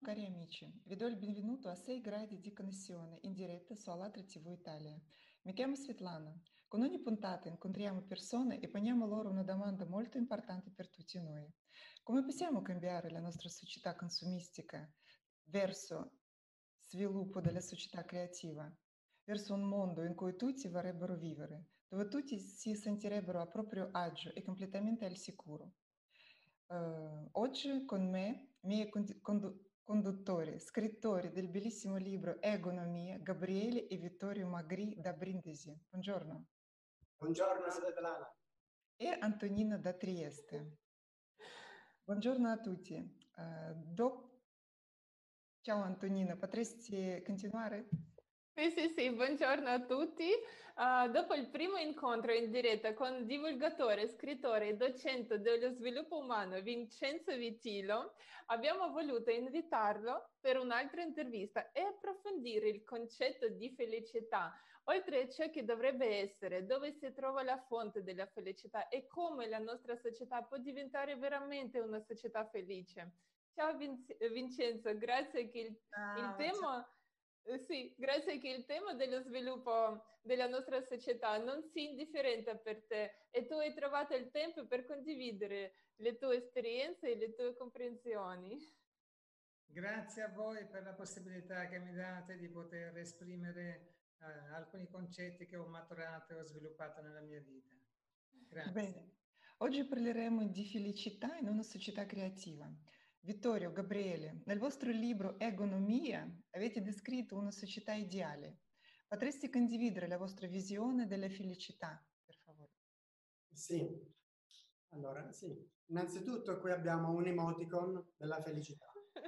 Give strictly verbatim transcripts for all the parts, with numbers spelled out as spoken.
Cari amici, vi do il benvenuto a sei gradi di connessione in diretta su Allatra T V Italia. Mi chiamo Svetlana. Con ogni puntata incontriamo persone e poniamo loro una domanda molto importante per tutti noi. Come possiamo cambiare la nostra società consumistica verso sviluppo della società creativa, verso un mondo in cui tutti vorrebbero vivere, dove tutti si sentirebbero a proprio agio e completamente al sicuro? Eh, oggi con me, miei condi- condu- conduttori, scrittori del bellissimo libro Egonomia, Gabriele e Vittorio Magri da Brindisi. Buongiorno. Buongiorno Svetlana. E Antonina da Trieste. Buongiorno a tutti. Eh, doc- Ciao Antonina, potresti continuare? Sì, sì, sì, buongiorno a tutti. Uh, dopo il primo incontro in diretta con divulgatore, scrittore e docente dello sviluppo umano Vincenzo Vitilo, abbiamo voluto invitarlo per un'altra intervista e approfondire il concetto di felicità, oltre a ciò che dovrebbe essere, dove si trova la fonte della felicità e come la nostra società può diventare veramente una società felice. Ciao Vince- Vincenzo, grazie che il, il Ciao, ciao. tema... Eh, Sì, grazie che il tema dello sviluppo della nostra società non sia indifferente per te e tu hai trovato il tempo per condividere le tue esperienze e le tue comprensioni. Grazie a voi per la possibilità che mi date di poter esprimere eh, alcuni concetti che ho maturato e ho sviluppato nella mia vita. Grazie. Bene, oggi parleremo di felicità in una società creativa. Vittorio, Gabriele, nel vostro libro Egonomia avete descritto una società ideale. Potreste condividere la vostra visione della felicità, per favore? Sì, allora sì. Innanzitutto qui abbiamo un emoticon della felicità.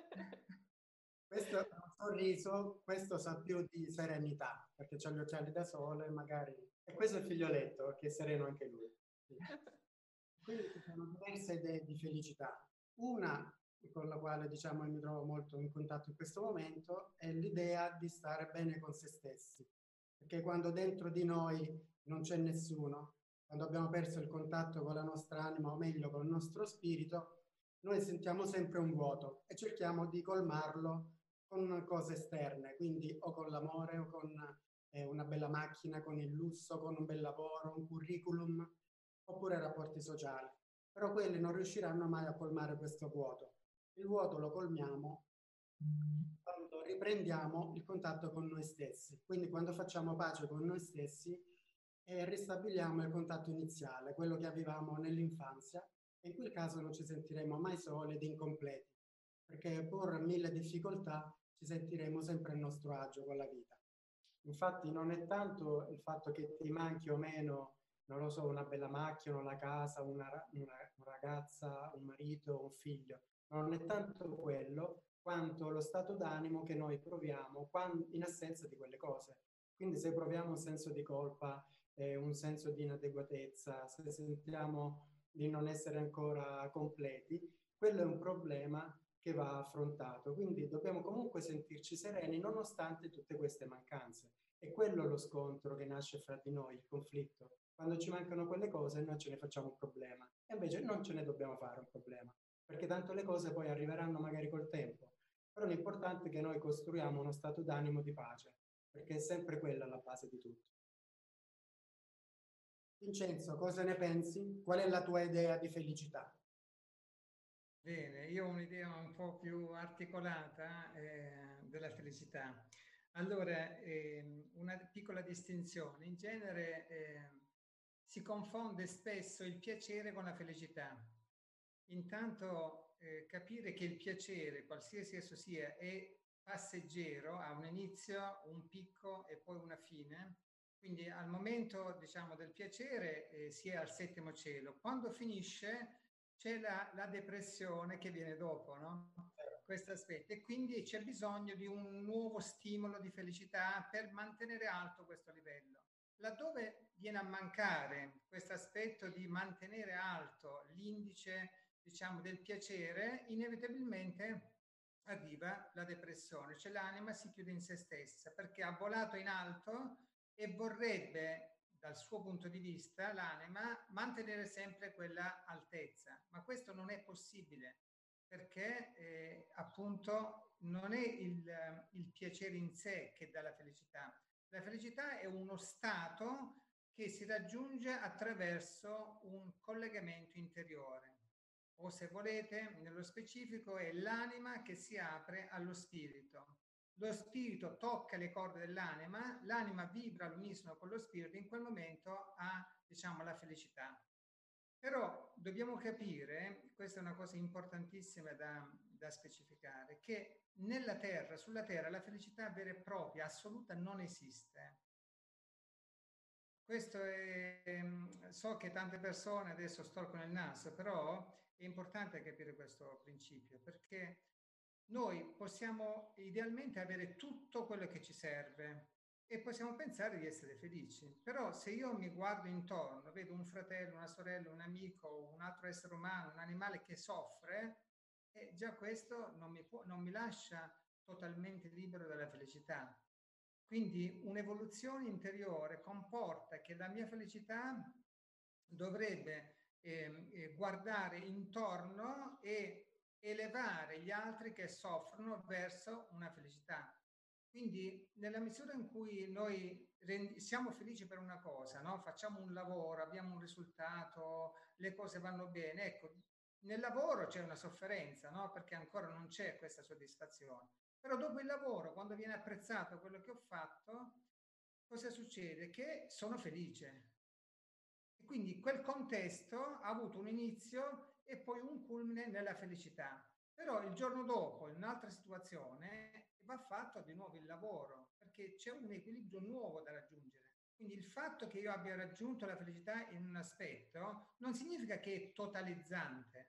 Questo è un sorriso, questo sa più di serenità, perché ha gli occhiali da sole, magari. E questo è il figlioletto, che è sereno anche lui. Sì. Quindi ci sono diverse idee di felicità. Una con la quale diciamo mi trovo molto in contatto in questo momento è l'idea di stare bene con se stessi, perché quando dentro di noi non c'è nessuno, quando abbiamo perso il contatto con la nostra anima, o meglio con il nostro spirito, noi sentiamo sempre un vuoto e cerchiamo di colmarlo con cose esterne, quindi o con l'amore o con eh, una bella macchina, con il lusso, con un bel lavoro, un curriculum, oppure rapporti sociali. Però quelli non riusciranno mai a colmare questo vuoto. Il vuoto lo colmiamo quando riprendiamo il contatto con noi stessi, quindi quando facciamo pace con noi stessi e ristabiliamo il contatto iniziale, quello che avevamo nell'infanzia, e in quel caso non ci sentiremo mai soli ed incompleti, perché pur mille difficoltà ci sentiremo sempre a nostro agio con la vita. Infatti non è tanto il fatto che ti manchi o meno, non lo so, una bella macchina, una casa, una, una, una ragazza, un marito, un figlio, non è tanto quello quanto lo stato d'animo che noi proviamo quando, in assenza di quelle cose. Quindi se proviamo un senso di colpa, eh, un senso di inadeguatezza, se sentiamo di non essere ancora completi, quello è un problema che va affrontato. Quindi dobbiamo comunque sentirci sereni nonostante tutte queste mancanze. È quello lo scontro che nasce fra di noi, il conflitto. Quando ci mancano quelle cose noi ce ne facciamo un problema e invece non ce ne dobbiamo fare un problema, perché tanto le cose poi arriveranno magari col tempo. Però l'importante è che noi costruiamo uno stato d'animo di pace, perché è sempre quella la base di tutto. Vincenzo, cosa ne pensi? Qual è la tua idea di felicità? Bene, io ho un'idea un po' più articolata eh, della felicità. Allora, ehm, una piccola distinzione. In genere eh, si confonde spesso il piacere con la felicità. Intanto eh, capire che il piacere, qualsiasi esso sia, è passeggero, ha un inizio, un picco e poi una fine. Quindi al momento, diciamo, del piacere eh, si è al settimo cielo. Quando finisce c'è la, la depressione che viene dopo, no? Questo aspetto. E quindi c'è bisogno di un nuovo stimolo di felicità per mantenere alto questo livello. Laddove viene a mancare questo aspetto di mantenere alto l'indice, diciamo, del piacere, inevitabilmente arriva la depressione, cioè l'anima si chiude in se stessa perché ha volato in alto e vorrebbe, dal suo punto di vista, l'anima mantenere sempre quella altezza, ma questo non è possibile perché eh, appunto non è il, il piacere in sé che dà la felicità. La felicità è uno stato che si raggiunge attraverso un collegamento interiore, o se volete, nello specifico, è l'anima che si apre allo spirito. Lo spirito tocca le corde dell'anima, l'anima vibra all'unisono con lo spirito, in quel momento ha, diciamo, la felicità. Però dobbiamo capire, questa è una cosa importantissima da, da specificare, che nella Terra, sulla Terra, la felicità vera e propria, assoluta, non esiste. Questo è, so che tante persone adesso storcono il naso, però è importante capire questo principio, perché noi possiamo idealmente avere tutto quello che ci serve e possiamo pensare di essere felici. Però se io mi guardo intorno, vedo un fratello, una sorella, un amico, un altro essere umano, un animale che soffre, eh, già questo non mi, può, non mi lascia totalmente libero dalla felicità. Quindi un'evoluzione interiore comporta che la mia felicità dovrebbe eh, eh, guardare intorno e elevare gli altri che soffrono verso una felicità. Quindi nella misura in cui noi rendi, siamo felici per una cosa, no? Facciamo un lavoro, abbiamo un risultato, le cose vanno bene, ecco, nel lavoro c'è una sofferenza, no? Perché ancora non c'è questa soddisfazione. Però dopo il lavoro, quando viene apprezzato quello che ho fatto, cosa succede? Che sono felice. E quindi quel contesto ha avuto un inizio e poi un culmine nella felicità. Però il giorno dopo, in un'altra situazione, va fatto di nuovo il lavoro, perché c'è un equilibrio nuovo da raggiungere. Quindi il fatto che io abbia raggiunto la felicità in un aspetto non significa che è totalizzante.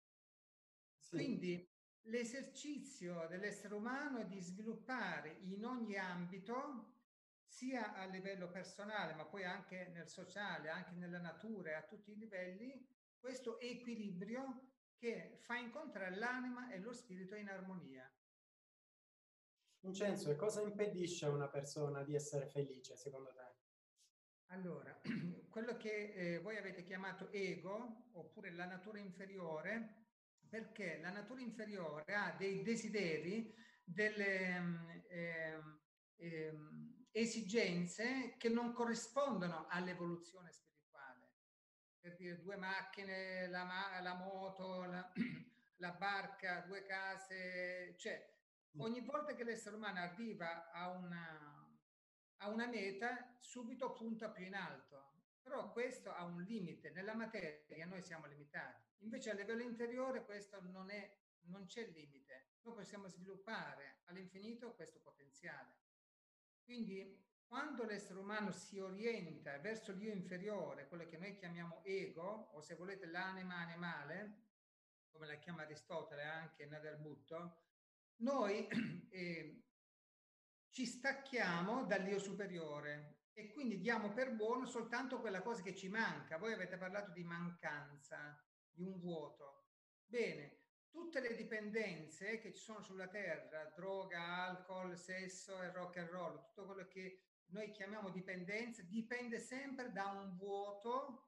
Sì. Quindi l'esercizio dell'essere umano è di sviluppare in ogni ambito, sia a livello personale, ma poi anche nel sociale, anche nella natura e a tutti i livelli, questo equilibrio che fa incontrare l'anima e lo spirito in armonia. Vincenzo, e cosa impedisce a una persona di essere felice, secondo te? Allora, quello che eh, voi avete chiamato ego, oppure la natura inferiore, perché la natura inferiore ha dei desideri, delle eh, eh, esigenze che non corrispondono all'evoluzione spirituale. Per dire, due macchine, la, ma- la moto, la, la barca, due case, cioè ogni volta che l'essere umano arriva a una, a una meta, subito punta più in alto. Però questo ha un limite. Nella materia noi siamo limitati. Invece a livello interiore questo non è, non c'è limite. Noi possiamo sviluppare all'infinito questo potenziale. Quindi quando l'essere umano si orienta verso l'io inferiore, quello che noi chiamiamo ego, o se volete l'anima animale, come la chiama Aristotele anche Nader Bhutto, noi eh, ci stacchiamo dall'io superiore e quindi diamo per buono soltanto quella cosa che ci manca. Voi avete parlato di mancanza, di un vuoto. Bene, tutte le dipendenze che ci sono sulla terra, droga, alcol, sesso e rock and roll, tutto quello che noi chiamiamo dipendenza, dipende sempre da un vuoto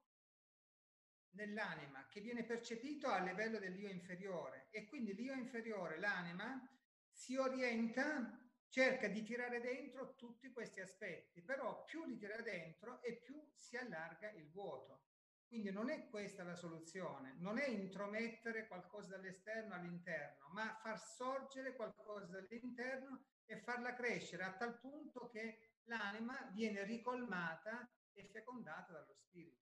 nell'anima che viene percepito a livello dell'io inferiore, e quindi l'io inferiore, l'anima, si orienta, cerca di tirare dentro tutti questi aspetti, però più li tira dentro e più si allarga il vuoto. Quindi non è questa la soluzione, non è intromettere qualcosa dall'esterno all'interno, ma far sorgere qualcosa dall'interno e farla crescere a tal punto che l'anima viene ricolmata e fecondata dallo spirito.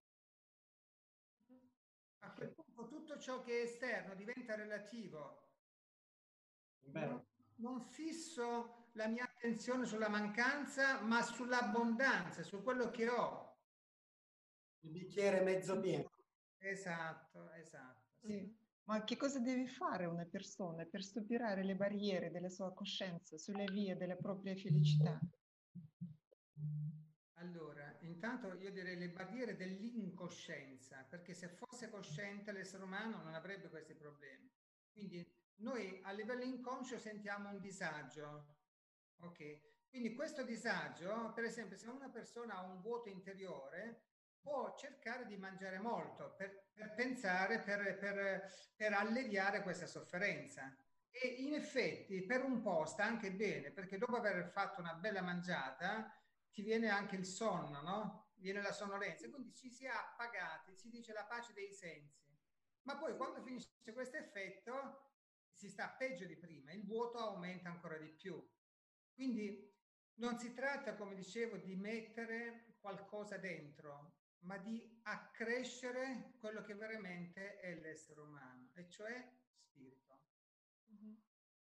A quel punto tutto ciò che è esterno diventa relativo. Non, non fisso la mia attenzione sulla mancanza, ma sull'abbondanza, su quello che ho. Il bicchiere mezzo pieno. Esatto, esatto. Sì. Sì. Ma che cosa deve fare una persona per superare le barriere della sua coscienza sulle vie della propria felicità? Allora, intanto io direi le barriere dell'incoscienza, perché se fosse cosciente l'essere umano non avrebbe questi problemi. Quindi noi a livello inconscio sentiamo un disagio, ok? Quindi questo disagio, per esempio, se una persona ha un vuoto interiore, può cercare di mangiare molto per, per pensare, per, per, per alleviare questa sofferenza. E in effetti per un po' sta anche bene, perché dopo aver fatto una bella mangiata ti viene anche il sonno, no? Viene la sonnolenza, quindi ci si è appagati, si dice la pace dei sensi. Ma poi quando finisce questo effetto si sta peggio di prima, il vuoto aumenta ancora di più. Quindi non si tratta, come dicevo, di mettere qualcosa dentro, ma di accrescere quello che veramente è l'essere umano, e cioè spirito. Mm-hmm.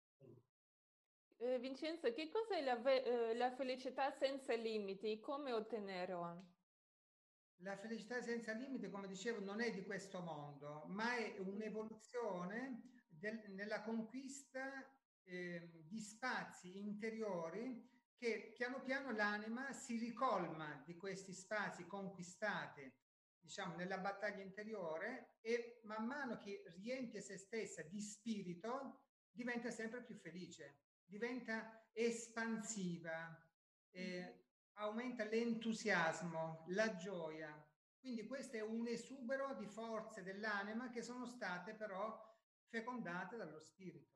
Eh, Vincenzo, che cos'è la, ve- eh, la felicità senza limiti? Come ottenerla? La felicità senza limiti, come dicevo, non è di questo mondo, ma è un'evoluzione del, nella conquista eh, di spazi interiori che piano piano l'anima si ricolma di questi spazi conquistati, diciamo, nella battaglia interiore, e man mano che riempie se stessa di spirito diventa sempre più felice, diventa espansiva, eh, aumenta l'entusiasmo, la gioia. Quindi questo è un esubero di forze dell'anima che sono state però fecondate dallo spirito.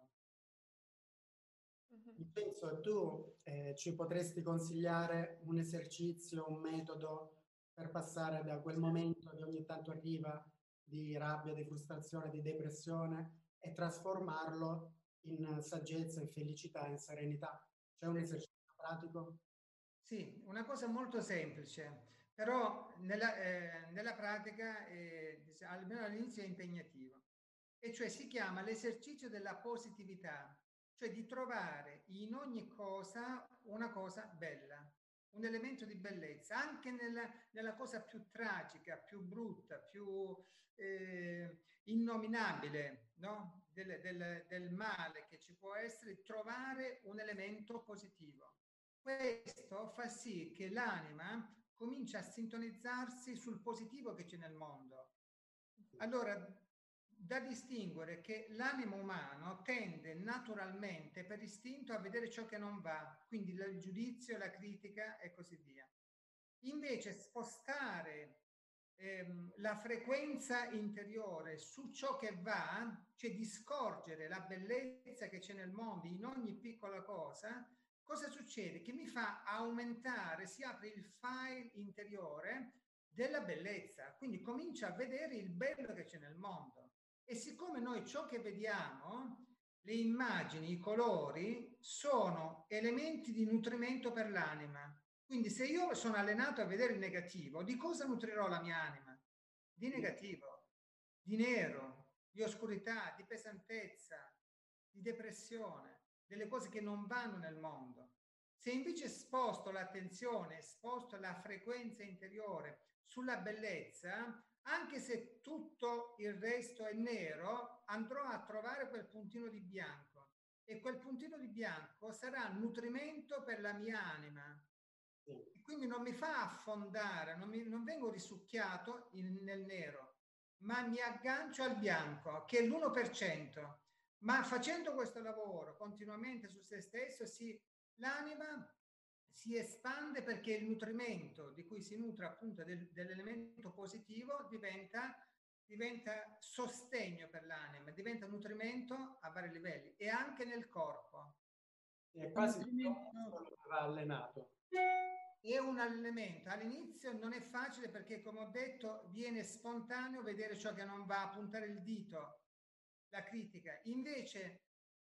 Vincenzo, tu eh, ci potresti consigliare un esercizio, un metodo per passare da quel momento che ogni tanto arriva di rabbia, di frustrazione, di depressione e trasformarlo in saggezza, in felicità, in serenità? C'è un esercizio pratico? Sì, una cosa molto semplice, però nella, eh, nella pratica, eh, almeno all'inizio, è impegnativo. E cioè si chiama l'esercizio della positività, cioè di trovare in ogni cosa una cosa bella, un elemento di bellezza, anche nella, nella cosa più tragica, più brutta, più eh, innominabile, no? del, del, del male che ci può essere, trovare un elemento positivo. Questo fa sì che l'anima comincia a sintonizzarsi sul positivo che c'è nel mondo. Allora, da distinguere che l'animo umano tende naturalmente, per istinto, a vedere ciò che non va, quindi il giudizio, la critica e così via. Invece spostare ehm, la frequenza interiore su ciò che va, cioè di scorgere la bellezza che c'è nel mondo in ogni piccola cosa, cosa succede? Che mi fa aumentare, si apre il file interiore della bellezza, quindi comincia a vedere il bello che c'è nel mondo. E siccome noi ciò che vediamo, le immagini, i colori, sono elementi di nutrimento per l'anima. Quindi se io sono allenato a vedere il negativo, di cosa nutrirò la mia anima? Di negativo, di nero, di oscurità, di pesantezza, di depressione, delle cose che non vanno nel mondo. Se invece sposto l'attenzione, sposto la frequenza interiore sulla bellezza, anche se tutto il resto è nero, andrò a trovare quel puntino di bianco, e quel puntino di bianco sarà nutrimento per la mia anima. E quindi non mi fa affondare, non, mi, non vengo risucchiato in, nel nero, ma mi aggancio al bianco, che è l'uno per cento. Ma facendo questo lavoro continuamente su se stesso, si, l'anima si espande, perché il nutrimento di cui si nutre appunto del, dell'elemento positivo diventa, diventa sostegno per l'anima, diventa nutrimento a vari livelli e anche nel corpo. È quasi nutrimento va allenato. È un allenamento. All'inizio non è facile perché, come ho detto, viene spontaneo vedere ciò che non va, puntare il dito, la critica. Invece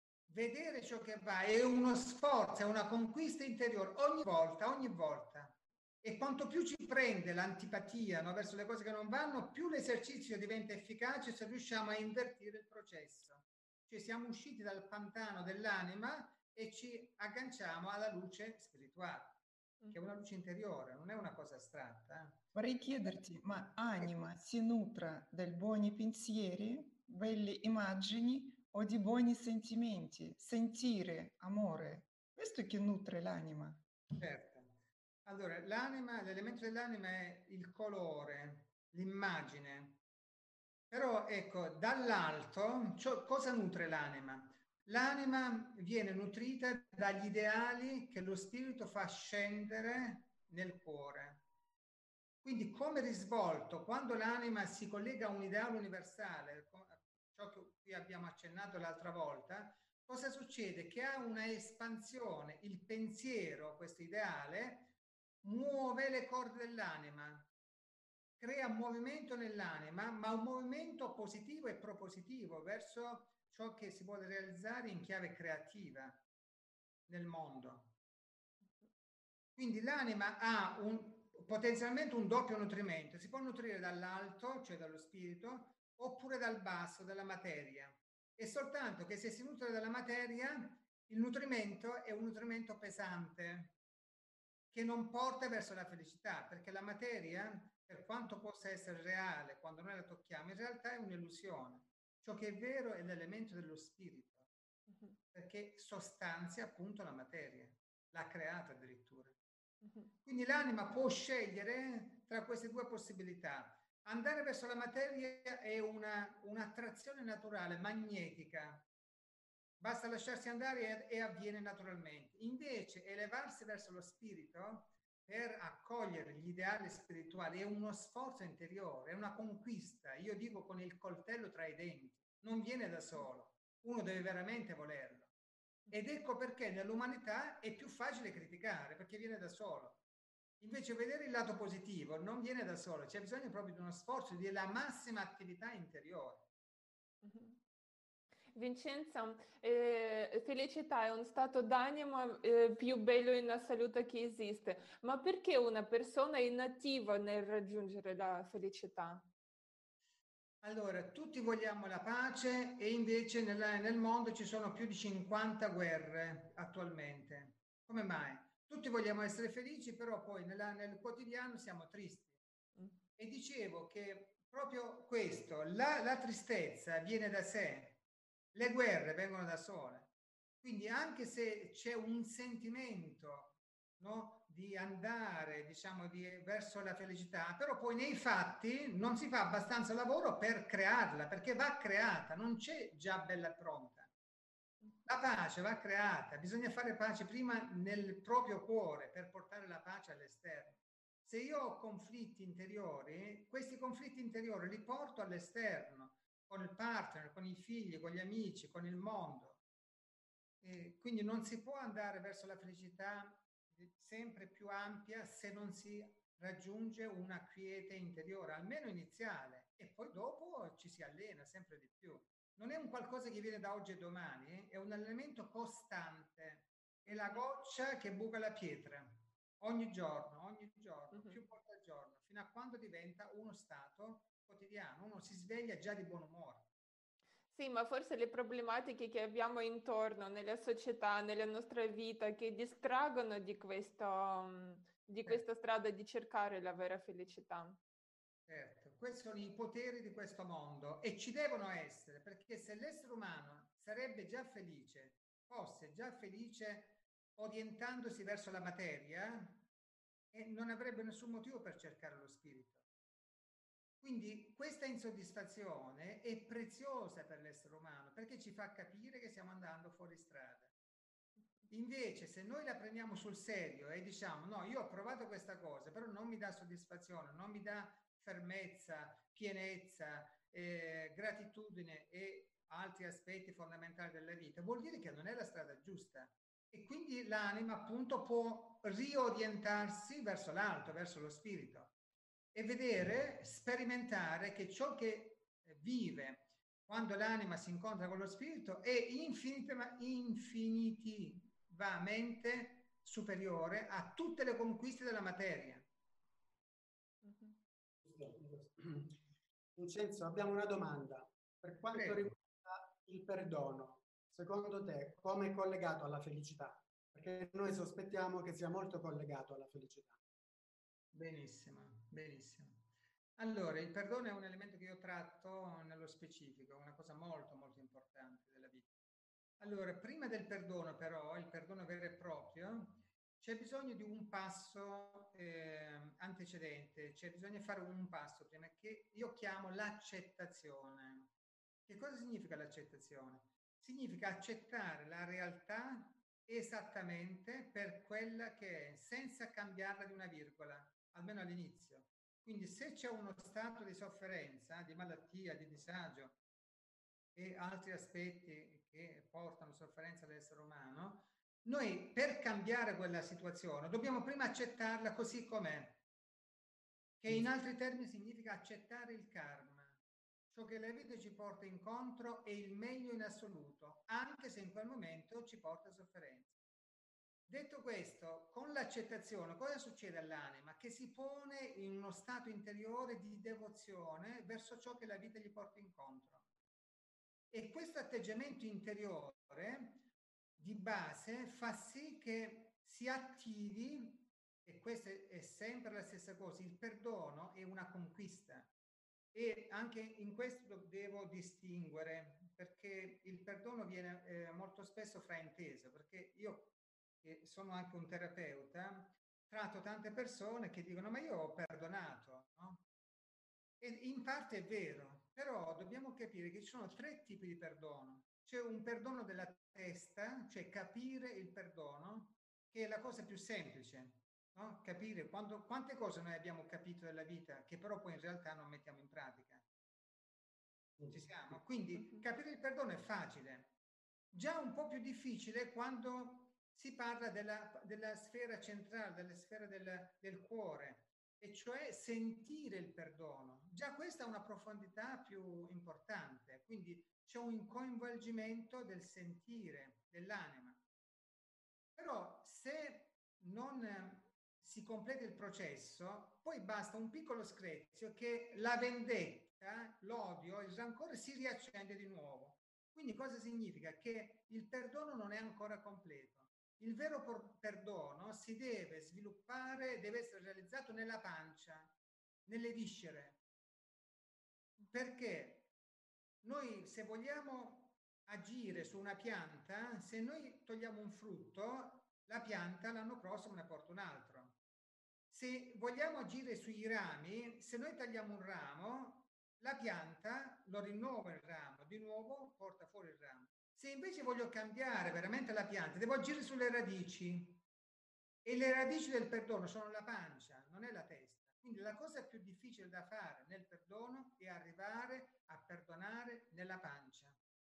vedere ciò che va è uno sforzo, è una conquista interiore ogni volta, ogni volta. E quanto più ci prende l'antipatia, no, verso le cose che non vanno, più l'esercizio diventa efficace se riusciamo a invertire il processo. Cioè siamo usciti dal pantano dell'anima e ci agganciamo alla luce spirituale, che è una luce interiore, non è una cosa astratta. Eh? Vorrei chiederti, ma anima si nutre dei buoni pensieri, belle immagini o di buoni sentimenti? Sentire, amore, questo che nutre l'anima. Certo. Allora, l'anima, l'elemento dell'anima è il colore, l'immagine. Però ecco, dall'alto, cioè, cosa nutre l'anima? L'anima viene nutrita dagli ideali che lo spirito fa scendere nel cuore. Quindi come risvolto, quando l'anima si collega a un ideale universale, ciò che qui abbiamo accennato l'altra volta, cosa succede? Che ha una espansione, il pensiero, questo ideale, muove le corde dell'anima, crea un movimento nell'anima, ma un movimento positivo e propositivo verso ciò che si vuole realizzare in chiave creativa nel mondo. Quindi l'anima ha un, potenzialmente un doppio nutrimento, si può nutrire dall'alto, cioè dallo spirito, oppure dal basso, dalla materia. È soltanto che se si nutre dalla materia, il nutrimento è un nutrimento pesante, che non porta verso la felicità, perché la materia, per quanto possa essere reale quando noi la tocchiamo, in realtà è un'illusione. Ciò che è vero è l'elemento dello spirito, uh-huh. perché sostanzia appunto la materia, l'ha creata addirittura. Uh-huh. Quindi l'anima può scegliere tra queste due possibilità. Andare verso la materia è una, un'attrazione naturale, magnetica. Basta lasciarsi andare e, e avviene naturalmente. Invece elevarsi verso lo spirito per accogliere gli ideali spirituali è uno sforzo interiore, è una conquista. Io dico con il coltello tra i denti. Non viene da solo. Uno deve veramente volerlo. Ed ecco perché nell'umanità è più facile criticare, perché viene da solo. Invece vedere il lato positivo non viene da solo, c'è bisogno proprio di uno sforzo, della massima attività interiore. Mm-hmm. Vincenzo, eh, felicità è uno stato d'animo eh, più bello in assoluto che esiste, ma perché una persona è inattiva nel raggiungere la felicità? Allora, tutti vogliamo la pace e invece nella, nel mondo ci sono più di cinquanta guerre attualmente. Come mai? Tutti vogliamo essere felici, però poi nella, nel quotidiano siamo tristi. Mm. E dicevo che proprio questo, la, la tristezza viene da sé. Le guerre vengono da sole. Quindi anche se c'è un sentimento, no, di andare, diciamo, di, verso la felicità, però poi nei fatti non si fa abbastanza lavoro per crearla, perché va creata, non c'è già bella pronta. La pace va creata, bisogna fare pace prima nel proprio cuore per portare la pace all'esterno. Se io ho conflitti interiori, questi conflitti interiori li porto all'esterno, con il partner, con i figli, con gli amici, con il mondo. E quindi non si può andare verso la felicità sempre più ampia se non si raggiunge una quiete interiore, almeno iniziale, e poi dopo ci si allena sempre di più. Non è un qualcosa che viene da oggi e domani, eh? È un allenamento costante, è la goccia che buca la pietra, ogni giorno, ogni giorno, uh-huh. più volte al giorno, fino a quando diventa uno stato quotidiano, uno si sveglia già di buon umore. Sì, ma forse le problematiche che abbiamo intorno nella società, nella nostra vita, che distraggono di, questo, di questa strada di cercare la vera felicità. Certo, questi sono i poteri di questo mondo e ci devono essere, perché se l'essere umano sarebbe già felice, fosse già felice orientandosi verso la materia, e non avrebbe nessun motivo per cercare lo spirito. Quindi questa insoddisfazione è preziosa per l'essere umano perché ci fa capire che stiamo andando fuori strada. Invece se noi la prendiamo sul serio e diciamo no, io ho provato questa cosa, però non mi dà soddisfazione, non mi dà fermezza, pienezza, eh, gratitudine e altri aspetti fondamentali della vita, vuol dire che non è la strada giusta. E quindi l'anima appunto può riorientarsi verso l'alto, verso lo spirito. E vedere, sperimentare che ciò che vive quando l'anima si incontra con lo spirito è infinita, infinitivamente superiore a tutte le conquiste della materia. Vincenzo, abbiamo una domanda. Per quanto Prego. riguarda il perdono, secondo te come è collegato alla felicità? Perché noi sospettiamo che sia molto collegato alla felicità. Benissimo, benissimo. Allora, il perdono è un elemento che io tratto nello specifico, una cosa molto molto importante della vita. Allora, prima del perdono però, il perdono vero e proprio, c'è bisogno di un passo eh, antecedente, c'è bisogno di fare un passo prima, che io chiamo l'accettazione. Che cosa significa l'accettazione? Significa accettare la realtà esattamente per quella che è, senza cambiarla di una virgola, almeno all'inizio. Quindi se c'è uno stato di sofferenza, di malattia, di disagio e altri aspetti che portano sofferenza all'essere umano, noi per cambiare quella situazione dobbiamo prima accettarla così com'è, che in altri termini significa accettare il karma. Ciò che la vita ci porta incontro è il meglio in assoluto, anche se in quel momento ci porta sofferenza. Detto questo, con l'accettazione, cosa succede all'anima? Che si pone in uno stato interiore di devozione verso ciò che la vita gli porta incontro. E questo atteggiamento interiore di base fa sì che si attivi, e questa è sempre la stessa cosa, il perdono è una conquista. E anche in questo devo distinguere, perché il perdono viene eh, molto spesso frainteso, perché io, che sono anche un terapeuta, tratto tante persone che dicono ma io ho perdonato, no? E in parte è vero, però dobbiamo capire che ci sono tre tipi di perdono. C'è un perdono della testa, cioè capire il perdono, che è la cosa più semplice, no? Capire quando, quante cose noi abbiamo capito della vita che però poi in realtà non mettiamo in pratica. Ci siamo? Quindi capire il perdono è facile. Già un po' più difficile quando si parla della, della sfera centrale, della sfera del, del cuore, e cioè sentire il perdono. Già questa è una profondità più importante, quindi c'è un coinvolgimento del sentire, dell'anima. Però se non si completa il processo, poi basta un piccolo screzio che la vendetta, l'odio, il rancore si riaccende di nuovo. Quindi cosa significa? Che il perdono non è ancora completo. Il vero perdono si deve sviluppare, deve essere realizzato nella pancia, nelle viscere. Perché noi, se vogliamo agire su una pianta, se noi togliamo un frutto, la pianta l'anno prossimo ne porta un altro. Se vogliamo agire sui rami, se noi tagliamo un ramo, la pianta lo rinnova il ramo, di nuovo porta fuori il ramo. Se invece voglio cambiare veramente la pianta, devo agire sulle radici, e le radici del perdono sono la pancia, non è la testa. Quindi la cosa più difficile da fare nel perdono è arrivare a perdonare nella pancia.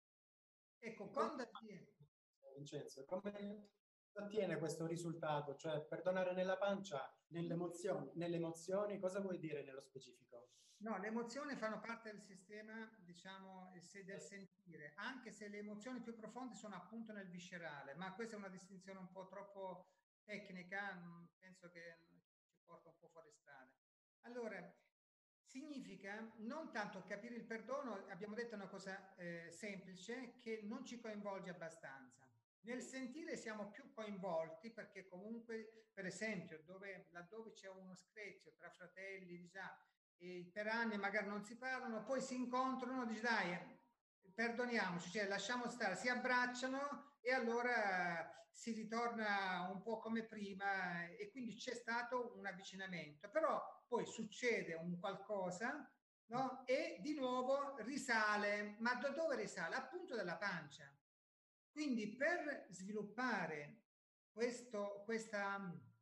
Ecco, quando avviene... Vincenzo, come ottiene questo risultato? Cioè, perdonare nella pancia, nelle emozioni, nelle emozioni, cosa vuoi dire nello specifico? No, le emozioni fanno parte del sistema, diciamo, del sentire, anche se le emozioni più profonde sono appunto nel viscerale, ma questa è una distinzione un po' troppo tecnica, penso che ci porta un po' fuori strada. Allora, significa non tanto capire il perdono, abbiamo detto una cosa eh, semplice, che non ci coinvolge abbastanza. Nel sentire siamo più coinvolti perché comunque, per esempio, dove, laddove c'è uno screzio tra fratelli, diciamo, e per anni magari non si parlano, poi si incontrano, dice dai, perdoniamoci, cioè lasciamo stare, si abbracciano e allora si ritorna un po' come prima e quindi c'è stato un avvicinamento, però poi succede un qualcosa, no? E di nuovo risale, ma da dove risale? Appunto dalla pancia. Quindi per sviluppare questo, questa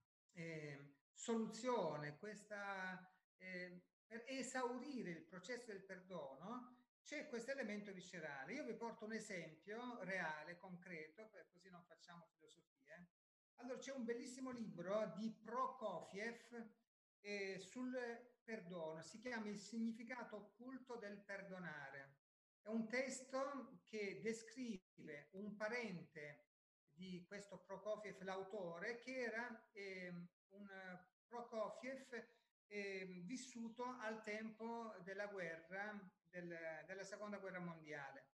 eh, soluzione, questa, eh, per esaurire il processo del perdono, c'è questo elemento viscerale. Io vi porto un esempio reale, concreto, per così non facciamo filosofie. Allora, c'è un bellissimo libro di Prokofiev eh, sul perdono, si chiama Il significato occulto del perdonare. È un testo che descrive un parente di questo Prokofiev, l'autore, che era eh, un Prokofiev eh, vissuto al tempo della guerra, del, della seconda guerra mondiale.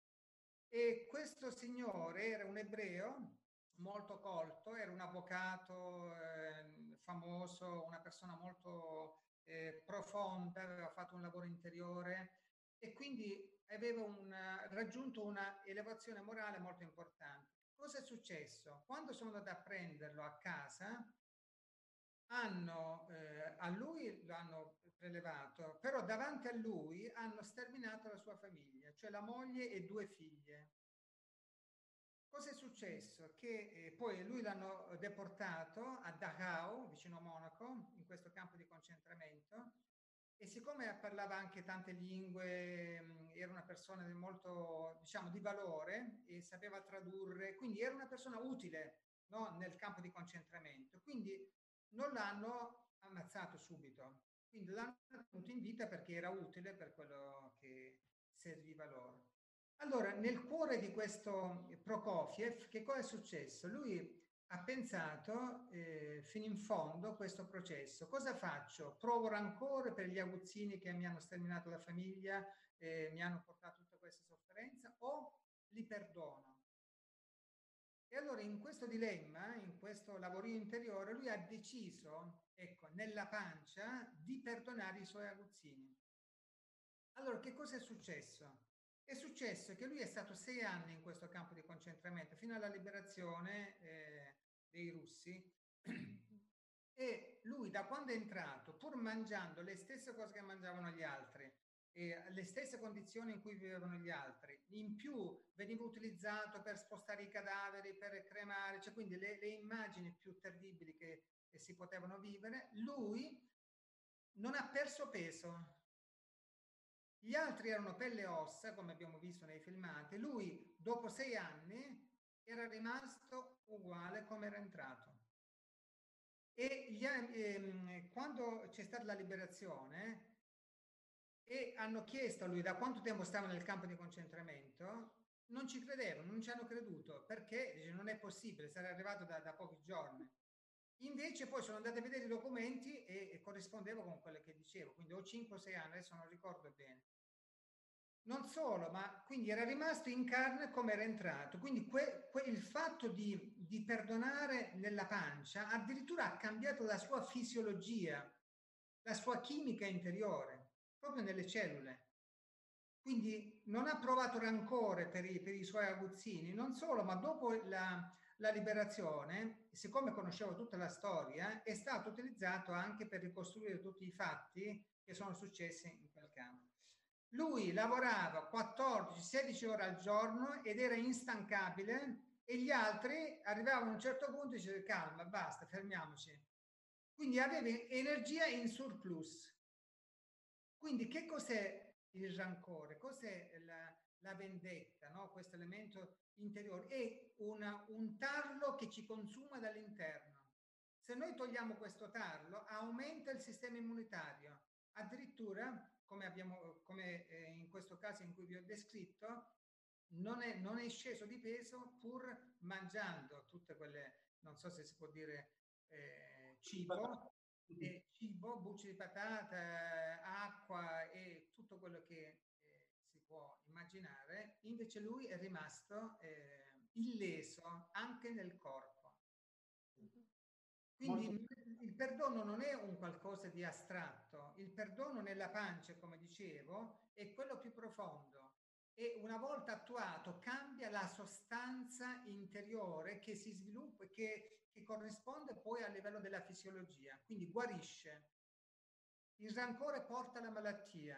E questo signore era un ebreo molto colto, era un avvocato eh, famoso, una persona molto eh, profonda, aveva fatto un lavoro interiore e quindi aveva una, raggiunto una elevazione morale molto importante. Cosa è successo? Quando sono andato a prenderlo a casa, hanno, eh, a lui lo hanno prelevato, però davanti a lui hanno sterminato la sua famiglia, cioè la moglie e due figlie. Cosa è successo? Che eh, poi lui l'hanno deportato a Dachau, vicino a Monaco, in questo campo di concentramento, e siccome parlava anche tante lingue, era una persona molto, diciamo, di valore e sapeva tradurre, quindi era una persona utile, no, nel campo di concentramento. Quindi non l'hanno ammazzato subito, quindi l'hanno tenuto in vita perché era utile per quello che serviva loro. Allora, nel cuore di questo Prokofiev, che cosa è successo? Lui ha pensato eh, fino in fondo questo processo. Cosa faccio? Provo rancore per gli aguzzini che mi hanno sterminato la famiglia, eh, mi hanno portato tutta questa sofferenza, o li perdono? E allora in questo dilemma, in questo lavorino interiore, lui ha deciso, ecco, nella pancia, di perdonare i suoi aguzzini. Allora, che cosa è successo? È successo che lui è stato sei anni in questo campo di concentramento, fino alla liberazione eh, dei russi, e lui da quando è entrato, pur mangiando le stesse cose che mangiavano gli altri, eh, le stesse condizioni in cui vivevano gli altri, in più veniva utilizzato per spostare i cadaveri, per cremare, cioè quindi le, le immagini più terribili che, che si potevano vivere, lui non ha perso peso. Gli altri erano pelle e ossa, come abbiamo visto nei filmati. Lui, dopo sei anni, era rimasto uguale come era entrato. E gli, ehm, quando c'è stata la liberazione e hanno chiesto a lui da quanto tempo stava nel campo di concentramento, non ci credevano, non ci hanno creduto, perché dice, non è possibile, sarà arrivato da, da pochi giorni. Invece poi sono andati a vedere i documenti e, e corrispondeva con quello che dicevo, quindi ho cinque o sei anni, adesso non ricordo bene. Non solo, ma quindi era rimasto in carne come era entrato. Quindi que, que, il fatto di, di perdonare nella pancia addirittura ha cambiato la sua fisiologia, la sua chimica interiore, proprio nelle cellule. Quindi non ha provato rancore per i, per i suoi aguzzini, non solo, ma dopo la, la liberazione, siccome conoscevo tutta la storia, è stato utilizzato anche per ricostruire tutti i fatti che sono successi in quel campo. Lui lavorava quattordici sedici ore al giorno ed era instancabile, e gli altri arrivavano a un certo punto e dicevano calma, basta, fermiamoci. Quindi aveva energia in surplus. Quindi che cos'è il rancore? Cos'è la, la vendetta, no? Questo elemento interiore? È una, un tarlo che ci consuma dall'interno. Se noi togliamo questo tarlo, aumenta il sistema immunitario. Addirittura, come, abbiamo, come eh, in questo caso in cui vi ho descritto, non è, non è sceso di peso pur mangiando tutte quelle, non so se si può dire, eh, cibo, eh, cibo, bucce di patata, acqua e tutto quello che eh, si può immaginare. Invece lui è rimasto eh, illeso anche nel corpo. Quindi Molto... il perdono non è un qualcosa di astratto, il perdono nella pancia, come dicevo, è quello più profondo e una volta attuato cambia la sostanza interiore che si sviluppa e che, che corrisponde poi a livello della fisiologia, quindi guarisce. Il rancore porta alla malattia.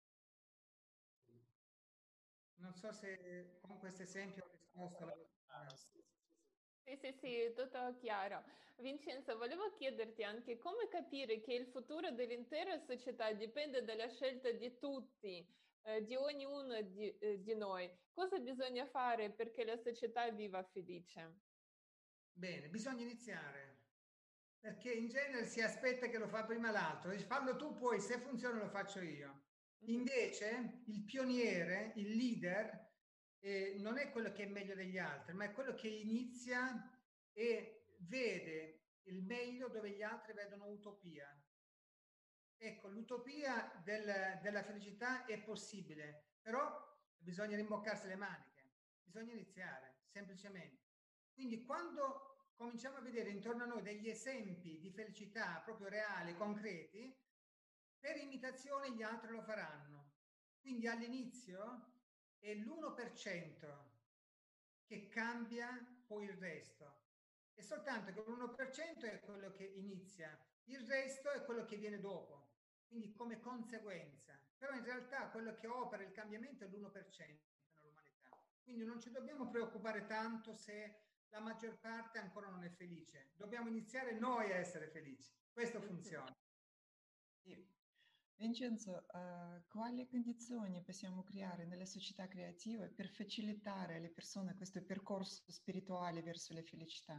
Non so se con questo esempio ho risposto alla domanda. Sì, sì, sì, tutto chiaro. Vincenzo, volevo chiederti anche come capire che il futuro dell'intera società dipende dalla scelta di tutti, eh, di ognuno di, eh, di noi. Cosa bisogna fare perché la società viva felice? Bene, bisogna iniziare, perché in genere si aspetta che lo fa prima l'altro. Fallo tu, poi se funziona lo faccio io. Invece il pioniere, il leader, eh, non è quello che è meglio degli altri, ma è quello che inizia e vede il meglio dove gli altri vedono utopia. Ecco, l'utopia del, della felicità è possibile, però bisogna rimboccarsi le maniche, bisogna iniziare, semplicemente. Quindi quando cominciamo a vedere intorno a noi degli esempi di felicità proprio reali, concreti, per imitazione gli altri lo faranno. Quindi all'inizio è l'uno per cento che cambia poi il resto. E soltanto che l'uno per cento è quello che inizia, il resto è quello che viene dopo, quindi come conseguenza. Però in realtà quello che opera il cambiamento è l'uno per cento nell'umanità. Quindi non ci dobbiamo preoccupare tanto se la maggior parte ancora non è felice. Dobbiamo iniziare noi a essere felici. Questo funziona. Sì. Vincenzo, uh, quali condizioni possiamo creare nelle società creative per facilitare alle persone questo percorso spirituale verso la felicità?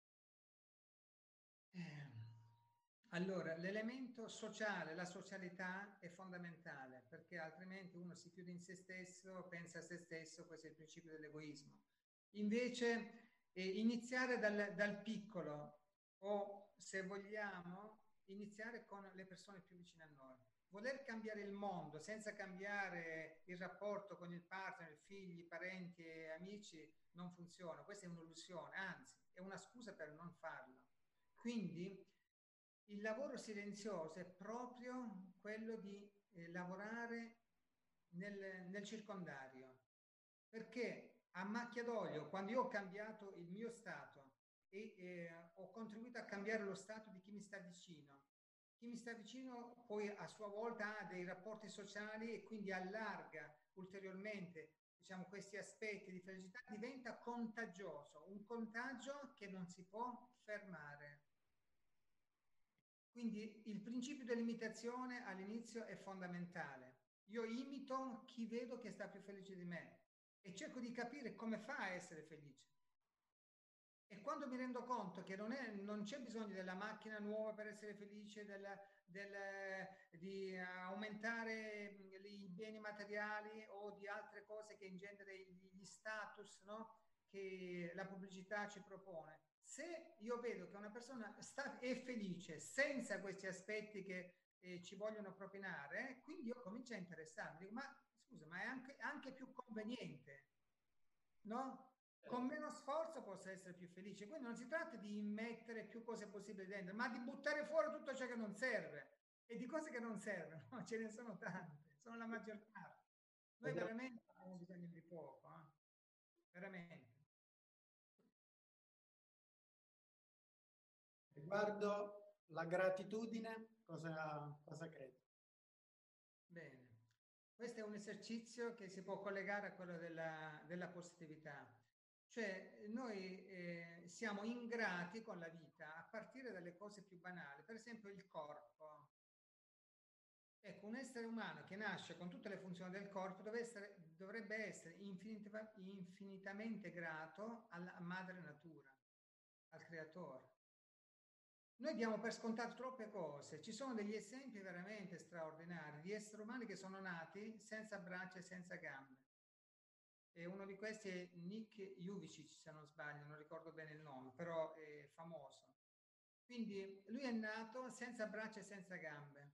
Eh, allora, l'elemento sociale, la socialità è fondamentale, perché altrimenti uno si chiude in se stesso, pensa a se stesso, questo è il principio dell'egoismo. Invece, eh, iniziare dal, dal piccolo, o se vogliamo, iniziare con le persone più vicine a noi. Voler cambiare il mondo senza cambiare il rapporto con il partner, figli, parenti e amici non funziona. Questa è un'illusione, anzi, è una scusa per non farlo. Quindi il lavoro silenzioso è proprio quello di eh, lavorare nel, nel circondario, perché a macchia d'olio, quando io ho cambiato il mio stato e eh, ho contribuito a cambiare lo stato di chi mi sta vicino, chi mi sta vicino poi a sua volta ha dei rapporti sociali e quindi allarga ulteriormente, diciamo, questi aspetti di felicità, diventa contagioso, un contagio che non si può fermare. Quindi il principio dell'imitazione all'inizio è fondamentale. Io imito chi vedo che sta più felice di me e cerco di capire come fa a essere felice. E quando mi rendo conto che non, è, non c'è bisogno della macchina nuova per essere felice, del, del, di aumentare i beni materiali o di altre cose che in genere gli status, no? Che la pubblicità ci propone. Se io vedo che una persona sta, è felice senza questi aspetti che eh, ci vogliono propinare, quindi io comincio a interessarmi. Dico, ma scusa, ma è anche, anche più conveniente, no? Con meno sforzo posso essere più felice. Quindi non si tratta di immettere più cose possibili dentro, ma di buttare fuori tutto ciò che non serve. E di cose che non servono, no? Ce ne sono tante, sono la maggior parte. Noi veramente abbiamo bisogno di poco, eh? Veramente. Riguardo la gratitudine, cosa, cosa credi? Bene, questo è un esercizio che si può collegare a quello della, della positività. Cioè noi eh, siamo ingrati con la vita a partire dalle cose più banali, per esempio il corpo. Ecco, un essere umano che nasce con tutte le funzioni del corpo deve essere, dovrebbe essere infinita, infinitamente grato alla madre natura, al creatore. Noi diamo per scontato troppe cose, ci sono degli esempi veramente straordinari di esseri umani che sono nati senza braccia e senza gambe. E uno di questi è Nick Juvicic, se non sbaglio, non ricordo bene il nome, però è famoso. Quindi lui è nato senza braccia e senza gambe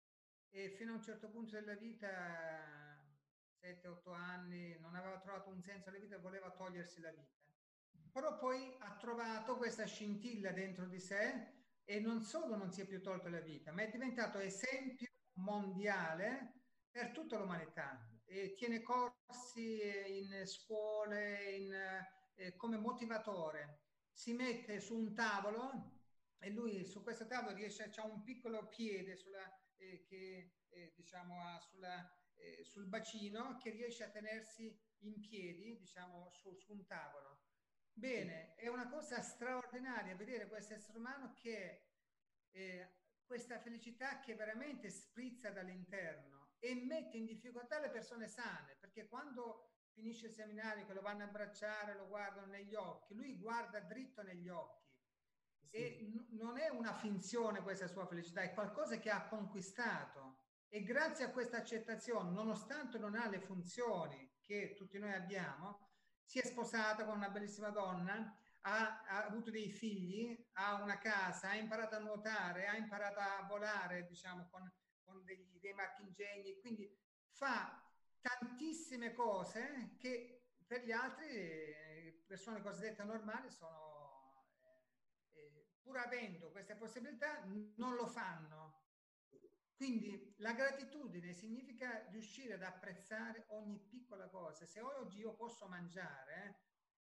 e fino a un certo punto della vita, sette otto anni, non aveva trovato un senso alla vita e voleva togliersi la vita. Però poi ha trovato questa scintilla dentro di sé e non solo non si è più tolto la vita, ma è diventato esempio mondiale per tutta l'umanità. E tiene corsi in scuole in, eh, come motivatore. Si mette su un tavolo e lui su questo tavolo riesce, c'ha un piccolo piede sulla, eh, che eh, diciamo ha sulla, eh, sul bacino che riesce a tenersi in piedi, diciamo, su, su un tavolo. Bene, è una cosa straordinaria vedere questo essere umano che eh, questa felicità che veramente sprizza dall'interno e mette in difficoltà le persone sane, perché quando finisce il seminario che lo vanno a abbracciare, lo guardano negli occhi, lui guarda dritto negli occhi sì. E n- non è una finzione questa sua felicità, è qualcosa che ha conquistato e grazie a questa accettazione, nonostante non ha le funzioni che tutti noi abbiamo, si è sposata con una bellissima donna, ha, ha avuto dei figli, ha una casa, ha imparato a nuotare, ha imparato a volare, diciamo, con, con degli, dei marchingegni, quindi fa tantissime cose che per gli altri, eh, persone cosiddette normali, sono, eh, eh, pur avendo queste possibilità, non lo fanno. Quindi la gratitudine significa riuscire ad apprezzare ogni piccola cosa. Se oggi io posso mangiare,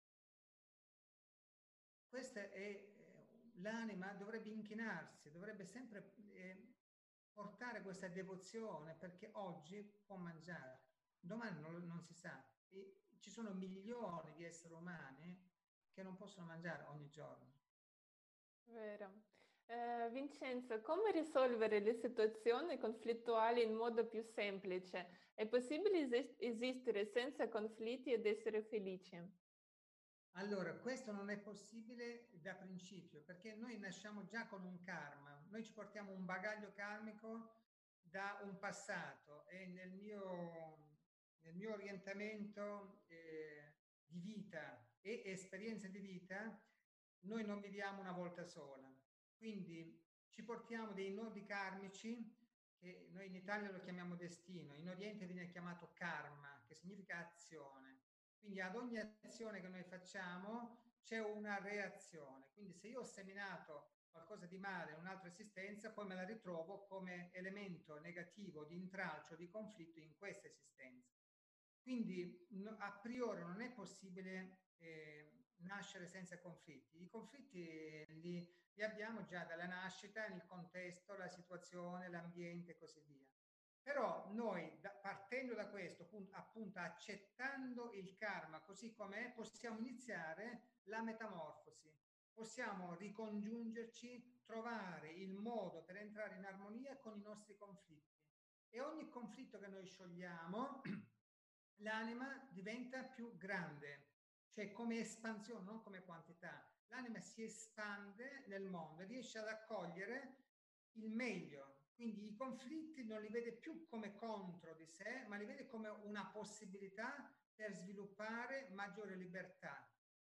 questa è eh, l'anima dovrebbe inchinarsi, dovrebbe sempre eh, portare questa devozione perché oggi può mangiare, domani non, non si sa. E ci sono milioni di esseri umani che non possono mangiare ogni giorno. Vero. Eh, Vincenzo, come risolvere le situazioni conflittuali in modo più semplice? È possibile esis- esistere senza conflitti ed essere felici? Allora, questo non è possibile da principio, perché noi nasciamo già con un karma, noi ci portiamo un bagaglio karmico da un passato e nel mio, nel mio orientamento eh, di vita e esperienza di vita, noi non viviamo una volta sola. Quindi ci portiamo dei nodi karmici che noi in Italia lo chiamiamo destino, in Oriente viene chiamato karma, che significa azione. Quindi ad ogni azione che noi facciamo c'è una reazione. Quindi se io ho seminato qualcosa di male in un'altra esistenza, poi me la ritrovo come elemento negativo di intralcio, di conflitto in questa esistenza. Quindi no, a priori non è possibile eh, nascere senza conflitti. I conflitti li, li abbiamo già dalla nascita, il contesto, la situazione, l'ambiente e così via. Però noi, da, partendo da questo, appunto, appunto accettando il karma così com'è, possiamo iniziare la metamorfosi, possiamo ricongiungerci, trovare il modo per entrare in armonia con i nostri conflitti. E ogni conflitto che noi sciogliamo, l'anima diventa più grande, cioè come espansione, non come quantità. L'anima si espande nel mondo e riesce ad accogliere il meglio. Quindi i conflitti non li vede più come contro di sé, ma li vede come una possibilità per sviluppare maggiore libertà.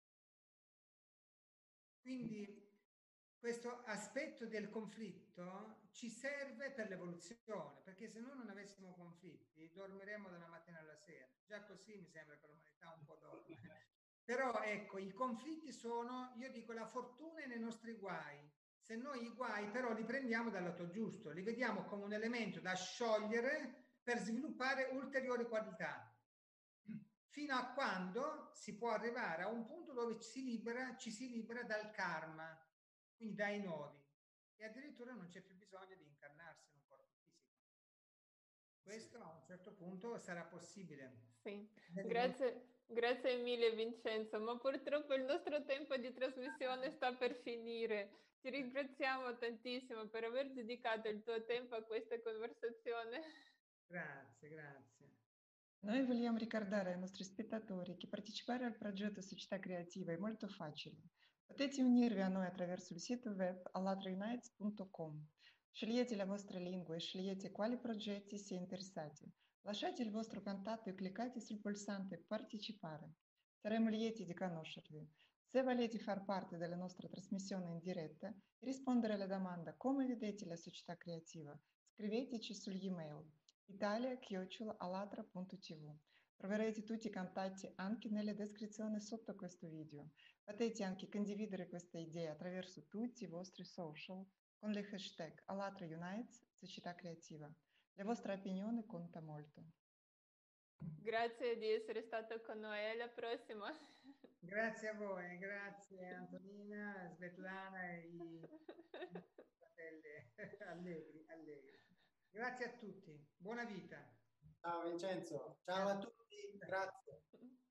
Quindi questo aspetto del conflitto ci serve per l'evoluzione, perché se noi non avessimo conflitti dormiremmo dalla mattina alla sera. Già così mi sembra che l'umanità un po' dorme. Però ecco, i conflitti sono, io dico, la fortuna nei nostri guai. Se noi i guai però li prendiamo dal lato giusto, li vediamo come un elemento da sciogliere per sviluppare ulteriori qualità, fino a quando si può arrivare a un punto dove ci si libera, ci si libera dal karma, quindi dai nodi, e addirittura non c'è più bisogno di incarnarsi in un corpo fisico. Questo a un certo punto sarà possibile. Sì, grazie, grazie mille Vincenzo, ma purtroppo il nostro tempo di trasmissione sta per finire. Ti ringraziamo tantissimo per aver dedicato il tuo tempo a questa conversazione. Grazie, grazie. Noi vogliamo ricordare ai nostri spettatori che partecipare al progetto Società Creativa è molto facile. Potete unirvi a noi attraverso il sito web allatra unites punto com. Scegliete la vostra lingua e scegliete quali progetti siete interessati. Lasciate il vostro contatto e cliccate sul pulsante Partecipare. Saremo lieti di conoscervi. Se volete far parte della nostra trasmissione in diretta e rispondere alla domanda come vedete la società creativa, scriveteci sull'email italia chiocciola alatra punto tv. Troverete tutti i contatti anche nella descrizione sotto questo video. Potete anche condividere questa idea attraverso tutti i vostri social con le hashtag Alatra Unites Società Creativa. La vostra opinione conta molto. Grazie di essere stato con noi, alla prossima. Grazie a voi, grazie Antonina, Svetlana e i fratelli allegri, allegri. Grazie a tutti, buona vita. Ciao Vincenzo, ciao a tutti, grazie.